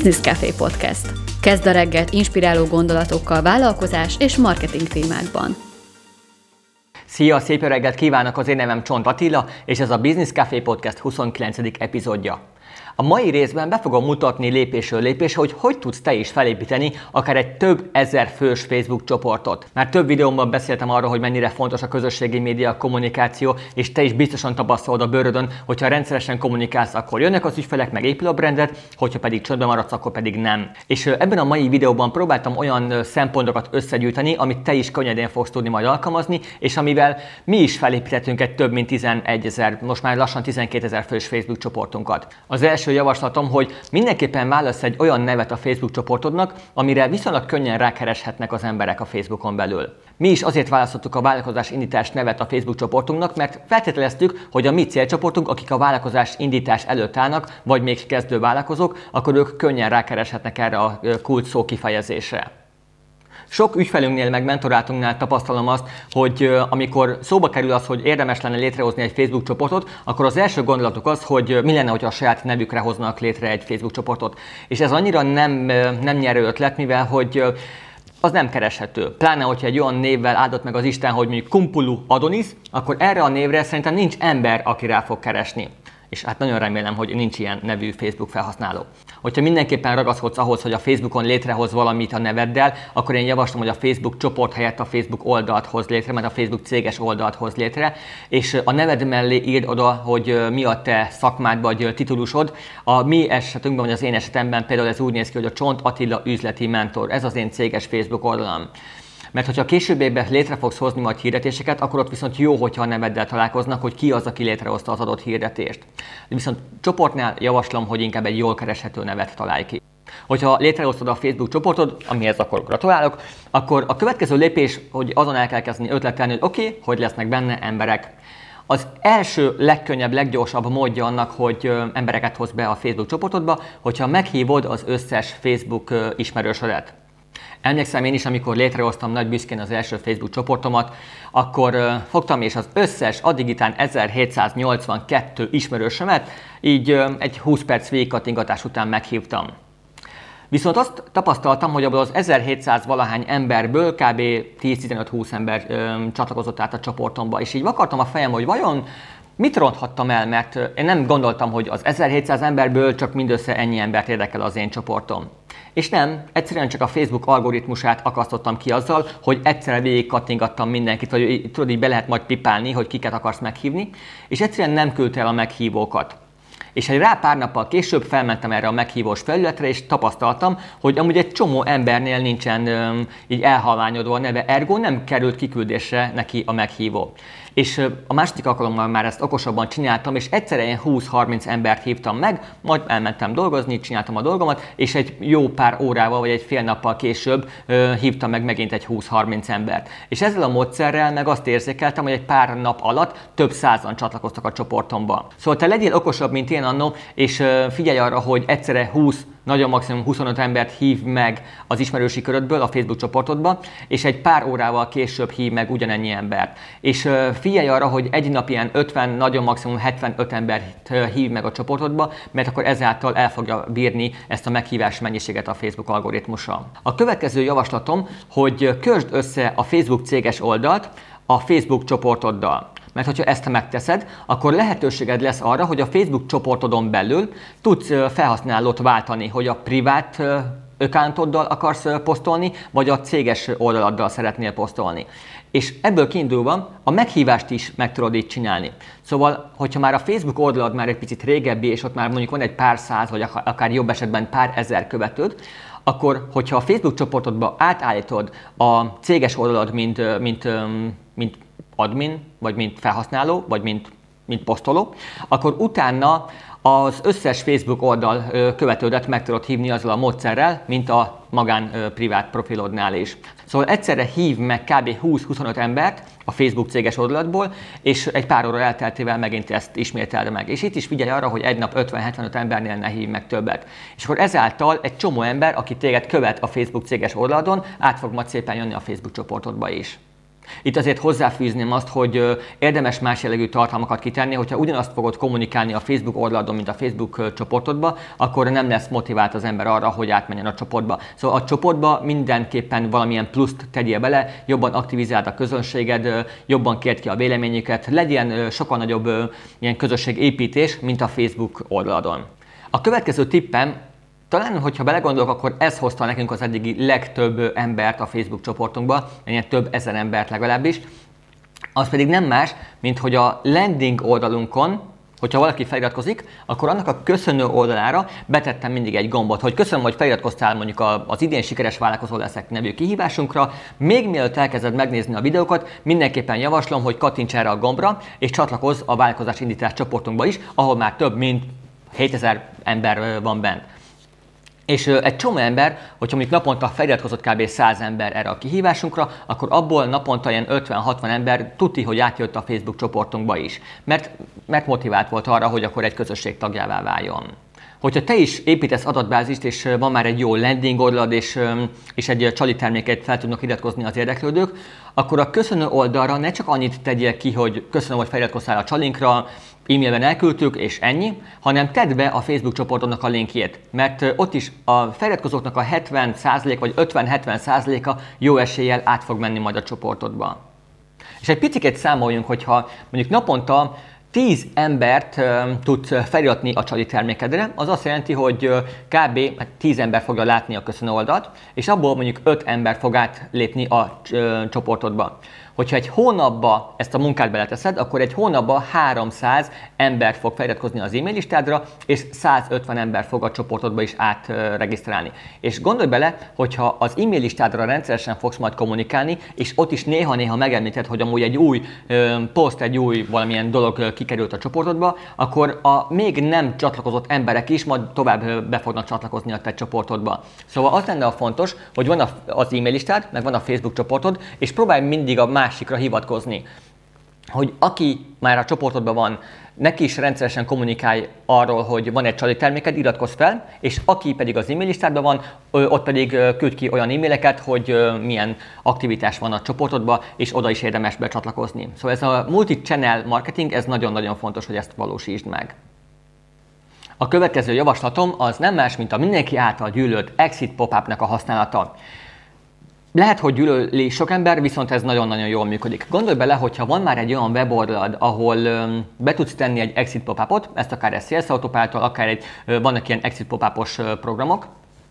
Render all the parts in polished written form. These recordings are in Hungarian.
Business Café Podcast. Kezd a reggelt inspiráló gondolatokkal vállalkozás és marketing témákban. Szia, szép jó reggelt kívánok! Az én nevem Csont Attila, és ez a Business Café Podcast 29. epizódja. A mai részben be fogom mutatni lépésről lépésre, hogy tudsz te is felépíteni akár egy több ezer fős Facebook csoportot. Már több videómban beszéltem arról, hogy mennyire fontos a közösségi média, a kommunikáció, és te is biztosan tapasztalod a bőrödön, hogyha rendszeresen kommunikálsz, akkor jönnek az ügyfelek, meg épül a brandet, hogyha pedig csöndben maradsz, akkor pedig nem. És ebben a mai videóban próbáltam olyan szempontokat összegyűjteni, amit te is könnyedén fogsz tudni majd alkalmazni, és amivel mi is felépítettünk egy több mint 11 000, most már lassan 12 000 fős Facebook csoportunkat. Az első javaslatom, hogy mindenképpen válasz egy olyan nevet a Facebook csoportodnak, amire viszonylag könnyen rákereshetnek az emberek a Facebookon belül. Mi is azért választottuk a vállalkozás indítás nevet a Facebook csoportunknak, mert feltételeztük, hogy a mi célcsoportunk, akik a vállalkozás indítás előtt állnak, vagy még kezdő vállalkozók, akkor ők könnyen rákereshetnek erre a kulcsszó kifejezésre. Sok ügyfelünknél, meg mentorátunknál tapasztalom azt, hogy amikor szóba kerül az, hogy érdemes lenne létrehozni egy Facebook csoportot, akkor az első gondolatuk az, hogy mi lenne, hogyha a saját nevükre hoznak létre egy Facebook csoportot. És ez annyira nem nyerő ötlet, mivel hogy az nem kereshető. Pláne, hogyha egy olyan névvel áldott meg az Isten, hogy mondjuk Kumpulu Adonis, akkor erre a névre szerintem nincs ember, aki rá fog keresni. És hát nagyon remélem, hogy nincs ilyen nevű Facebook felhasználó. Hogyha mindenképpen ragaszkodsz ahhoz, hogy a Facebookon létrehoz valamit a neveddel, akkor én javaslom, hogy a Facebook csoport helyett a Facebook oldalt hoz létre, mert a Facebook céges oldalt hoz létre, és a neved mellé írd oda, hogy mi a te szakmád vagy titulusod. A mi esetünkben, vagy az én esetemben például ez úgy néz ki, hogy a Csont Attila üzleti mentor. Ez az én céges Facebook oldalam. Mert hogyha későbbiekben létre fogsz hozni majd hirdetéseket, akkor ott viszont jó, hogyha a neveddel találkoznak, hogy ki az, aki létrehozta az adott hirdetést. Viszont csoportnál javaslom, hogy inkább egy jól kereshető nevet találj ki. Hogyha létrehoztad a Facebook csoportod, amihez akkor gratulálok, akkor a következő lépés, hogy azon el kell kezdeni ötletelni, hogy oké, hogy lesznek benne emberek. Az első legkönnyebb, leggyorsabb módja annak, hogy embereket hoz be a Facebook csoportodba, hogyha meghívod az összes Facebook ismerősödet. Emlékszem én is, amikor létrehoztam nagy büszkén az első Facebook csoportomat, akkor fogtam és az összes addigitán 1782 ismerősömet így egy 20 perc végigkattingatás után meghívtam. Viszont azt tapasztaltam, hogy abból az 1700 valahány emberből kb. 10-15-20 ember csatlakozott át a csoportomba, és így vakartam a fejem, hogy vajon mit ronthattam el, mert én nem gondoltam, hogy az 1700 emberből csak mindössze ennyi embert érdekel az én csoportom. És nem, egyszerűen csak a Facebook algoritmusát akasztottam ki azzal, hogy egyszerre végig kattingattam mindenkit, hogy tudod, így be lehet majd pipálni, hogy kiket akarsz meghívni, és egyszerűen nem küldte el a meghívókat. És rá pár nappal később felmentem erre a meghívós felületre, és tapasztaltam, hogy amúgy egy csomó embernél nincsen így elhalványodva a neve, ergo nem került kiküldésre neki a meghívó. És a második alkalommal már ezt okosabban csináltam, és egyszerűen 20-30 embert hívtam meg, majd elmentem dolgozni, csináltam a dolgomat, és egy jó pár órával, vagy egy fél nappal később hívtam meg megint egy 20-30 embert. És ezzel a módszerrel meg azt érzékeltem, hogy egy pár nap alatt több százan csatlakoztak a csoportomba. Szóval te legyél okosabb, mint én annó, és figyelj arra, hogy egyszerre 20, nagyon maximum 25 embert hív meg az ismerősi körödből a Facebook csoportodba, és egy pár órával később hív meg ugyanennyi embert. És figyelj arra, hogy egy nap ilyen 50, nagyon maximum 75 embert hív meg a csoportodba, mert akkor ezáltal el fogja bírni ezt a meghívás mennyiséget a Facebook algoritmusa. A következő javaslatom, hogy kösd össze a Facebook céges oldalt a Facebook csoportoddal. Mert hogyha ezt megteszed, akkor lehetőséged lesz arra, hogy a Facebook csoportodon belül tudsz felhasználót váltani, hogy a privát accountoddal akarsz posztolni, vagy a céges oldaladdal szeretnél posztolni. És ebből kiindulva a meghívást is meg tudod így csinálni. Szóval, hogyha már a Facebook oldalad már egy picit régebbi, és ott már mondjuk van egy pár száz, vagy akár jobb esetben pár ezer követőd, akkor, hogyha a Facebook csoportodba átállítod a céges oldalad, mint admin, vagy mint felhasználó, vagy mint posztoló, akkor utána az összes Facebook oldal követődet meg tudod hívni azzal a módszerrel, mint a magán privát profilodnál is. Szóval egyszerre hív meg kb. 20-25 embert a Facebook céges oldalatból, és egy pár óra elteltével megint ezt ismételd meg. És itt is figyelj arra, hogy egy nap 50-75 embernél ne hív meg többet. És akkor ezáltal egy csomó ember, aki téged követ a Facebook céges oldaladon, át fog majd szépen jönni a Facebook csoportodba is. Itt azért hozzáfűzném azt, hogy érdemes más jellegű tartalmakat kitenni, hogyha ugyanazt fogod kommunikálni a Facebook oldaladon, mint a Facebook csoportodba, akkor nem lesz motivált az ember arra, hogy átmenjen a csoportba. Szóval a csoportba mindenképpen valamilyen pluszt tegyél bele, jobban aktivizáld a közönséged, jobban kérd ki a véleményüket, legyen sokkal nagyobb ilyen közösségépítés, mint a Facebook oldaladon. A következő tippem, talán, hogyha belegondolok, akkor ez hozta nekünk az eddigi legtöbb embert a Facebook csoportunkba, ilyen több ezer embert legalábbis. Az pedig nem más, mint hogy a landing oldalunkon, hogyha valaki feliratkozik, akkor annak a köszönő oldalára betettem mindig egy gombot, hogy köszönöm, hogy feliratkoztál mondjuk az idén sikeres vállalkozó leszek nevű kihívásunkra. Még mielőtt elkezded megnézni a videókat, mindenképpen javaslom, hogy kattints erre a gombra, és csatlakozz a vállalkozás indítás csoportunkba is, ahol már több mint 7000 ember van bent. És egy csomó ember, hogyha mondjuk naponta feliratkozott kb. 100 ember erre a kihívásunkra, akkor abból naponta ilyen 50-60 ember tuti, hogy átjött a Facebook csoportunkba is. Mert motivált volt arra, hogy akkor egy közösség tagjává váljon. Hogyha te is építesz adatbázist, és van már egy jó landing oldalad, és egy csali terméket fel tudnak iratkozni az érdeklődők, akkor a köszönő oldalra ne csak annyit tegyél ki, hogy köszönöm, hogy feliratkoztál a csalinkra, e-mailben elküldtük, és ennyi, hanem tedd be a Facebook csoportodnak a linkjét, mert ott is a feliratkozóknak a 70% vagy 50-70%-a jó eséllyel át fog menni majd a csoportodba. És egy picit számoljunk, hogyha mondjuk naponta 10 embert tudsz feliratni a csali termékedre, az azt jelenti, hogy kb. 10 ember fogja látni a köszönő oldalt, és abból mondjuk 5 ember fog átlépni a csoportodba. Hogyha egy hónapba ezt a munkát beleteszed, akkor egy hónapban 300 ember fog feliratkozni az e-mail listádra, és 150 ember fog a csoportodba is átregisztrálni. És gondolj bele, hogyha az e-mail listádra rendszeresen fogsz majd kommunikálni, és ott is néha-néha megemlíted, hogy amúgy egy új poszt, egy új valamilyen dolog kikerült a csoportodba, akkor a még nem csatlakozott emberek is majd tovább be fognak csatlakozni a te csoportodba. Szóval az lenne a fontos, hogy van az e-mail listád, meg van a Facebook csoportod, és próbálj mindig a másikra hivatkozni. Hogy aki már a csoportodban van, neki is rendszeresen kommunikálj arról, hogy van egy csali terméked, iratkozz fel, és aki pedig az e-mail listádban van, ott pedig küldj ki olyan e-maileket, hogy milyen aktivitás van a csoportodban, és oda is érdemes becsatlakozni. Szóval ez a multi-channel marketing, ez nagyon-nagyon fontos, hogy ezt valósítsd meg. A következő javaslatom az nem más, mint a mindenki által gyűlölt exit pop-upnak a használata. Lehet, hogy gyűlöli sok ember, viszont ez nagyon-nagyon jól működik. Gondolj bele, hogyha van már egy olyan weboldalad, ahol be tudsz tenni egy exit pop-upot, ezt akár egy Sales Autopilot-tól, akár vannak ilyen exit pop-upos programok,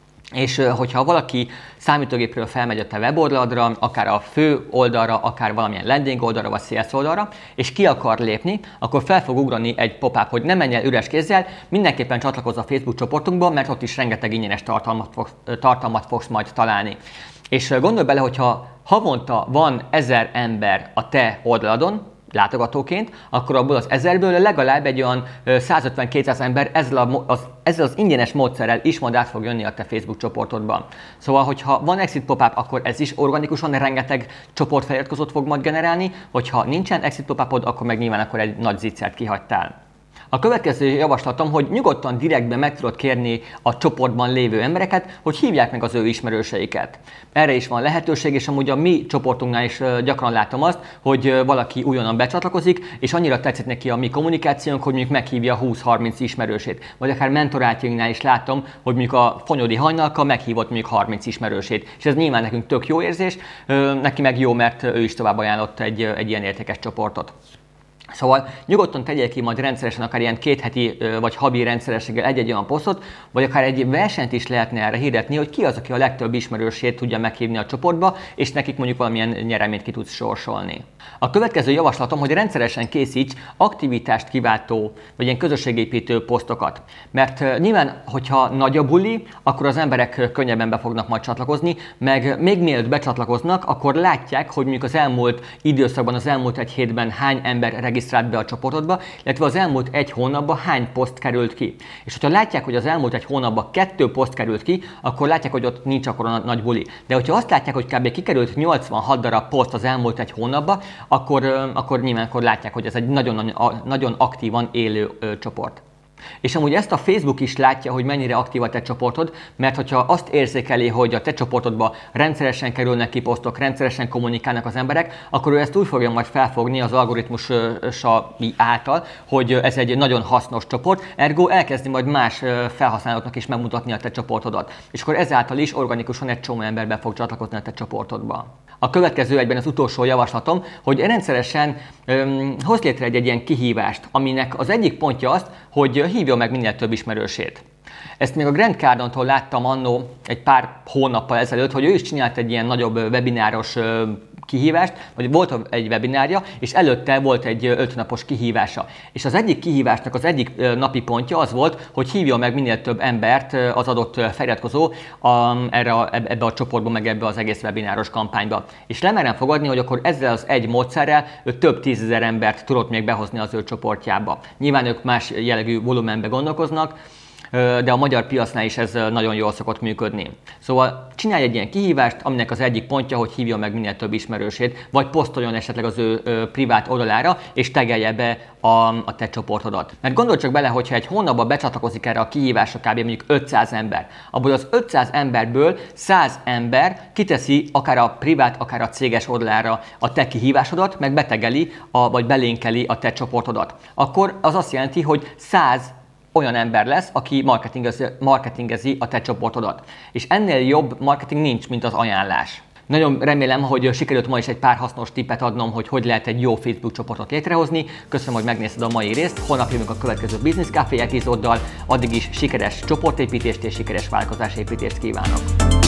és hogyha valaki számítógépről felmegy a te weboldaladra, akár a fő oldalra, akár valamilyen landing oldalra, vagy sales oldalra, és ki akar lépni, akkor fel fog ugrani egy pop-up, hogy ne menj el üres kézzel, mindenképpen csatlakozz a Facebook csoportunkba, mert ott is rengeteg ingyenes tartalmat fogsz majd találni. És gondolj bele, hogyha havonta van 1000 ember a te oldaladon, látogatóként, akkor abból az 1000-ből legalább egy olyan 150-200 ember ezzel az ingyenes módszerrel is majd át fog jönni a te Facebook csoportodban. Szóval, hogyha van exit pop-up, akkor ez is organikusan rengeteg csoportfeliratkozót fog majd generálni, hogyha nincsen exit pop-upod, akkor meg nyilván akkor egy nagy zicsert kihagytál. A következő javaslatom, hogy nyugodtan direktben meg tudod kérni a csoportban lévő embereket, hogy hívják meg az ő ismerőseiket. Erre is van lehetőség, és amúgy a mi csoportunknál is gyakran látom azt, hogy valaki újonnan becsatlakozik, és annyira tetszett neki a mi kommunikációnk, hogy mondjuk meghívja 20-30 ismerősét. Vagy akár mentorátjainknál is látom, hogy mondjuk a Fonyodi Hajnalka meghívott mondjuk 30 ismerősét. És ez nyilván nekünk tök jó érzés, neki meg jó, mert ő is tovább ajánlott egy ilyen értékes csoportot. Szóval nyugodtan tegyél ki majd rendszeresen, akár ilyen 2 heti vagy havi rendszerességgel egy-egy olyan posztot, vagy akár egy versenyt is lehetne erre hirdetni, hogy ki az, aki a legtöbb ismerősét tudja meghívni a csoportba, és nekik mondjuk valamilyen nyereményt ki tudsz sorsolni. A következő javaslatom, hogy rendszeresen készíts aktivitást kiváltó, vagy ilyen közösségépítő posztokat. Mert nyilván, hogyha nagy a buli, akkor az emberek könnyebben be fognak majd csatlakozni, meg még mielőtt becsatlakoznak, akkor látják, hogy mondjuk az elmúlt időszakban, az elmúlt egy hétben hány ember regisztrált be a csoportodba, illetve az elmúlt egy hónapban hány poszt került ki. És hogyha látják, hogy az elmúlt egy hónapban 2 poszt került ki, akkor látják, hogy ott nincs akkor nagy buli. De hogyha azt látják, hogy kb. Kikerült 86 darab poszt az elmúlt egy hónapban, akkor nyilván látják, hogy ez egy nagyon aktívan élő csoport. És amúgy ezt a Facebook is látja, hogy mennyire aktív a te csoportod, mert hogyha azt érzékeli, hogy a te csoportodba rendszeresen kerülnek ki posztok, rendszeresen kommunikálnak az emberek, akkor ő ezt úgy fogja majd felfogni az algoritmusa által, hogy ez egy nagyon hasznos csoport, ergo elkezdi majd más felhasználóknak is megmutatni a te csoportodat. És akkor ezáltal is organikusan egy csomó ember be fog csatlakozni a te csoportodba. A következő egyben az utolsó javaslatom, hogy rendszeresen hoz létre egy ilyen kihívást, aminek az egyik pontja az, hogy hívja meg minél több ismerősét. Ezt még a Grant Cardontól láttam annó egy pár hónappal ezelőtt, hogy ő is csinált egy ilyen nagyobb webináros kihívást, vagy volt egy webinárja, és előtte volt egy 5 napos kihívása. És az egyik kihívásnak az egyik napi pontja az volt, hogy hívja meg minél több embert az adott feliratkozó ebbe a csoportba, meg ebbe az egész webináros kampányba. És lemerem fogadni, hogy akkor ezzel az egy módszerrel ő több 10 000 embert tudott még behozni az ő csoportjába. Nyilván ők más jellegű volumenbe gondolkoznak, de a magyar piacnál is ez nagyon jól szokott működni. Szóval csinálj egy ilyen kihívást, aminek az egyik pontja, hogy hívja meg minél több ismerősét, vagy posztoljon esetleg az ő privát oldalára, és tegelje be a te csoportodat. Mert gondolj csak bele, hogyha egy hónapban becsatlakozik erre a kihívásra kb. Mondjuk 500 ember, abból az 500 emberből 100 ember kiteszi akár a privát, akár a céges oldalára a te kihívásodat, meg betegeli, vagy belénkeli a te csoportodat. Akkor az azt jelenti, hogy 100 olyan ember lesz, aki marketingezi a te csoportodat. És ennél jobb marketing nincs, mint az ajánlás. Nagyon remélem, hogy sikerült ma is egy pár hasznos tippet adnom, hogy lehet egy jó Facebook csoportot létrehozni. Köszönöm, hogy megnézted a mai részt. Holnap jövünk a következő Business Café epizóddal. Addig is sikeres csoportépítést és sikeres vállalkozásépítést kívánok!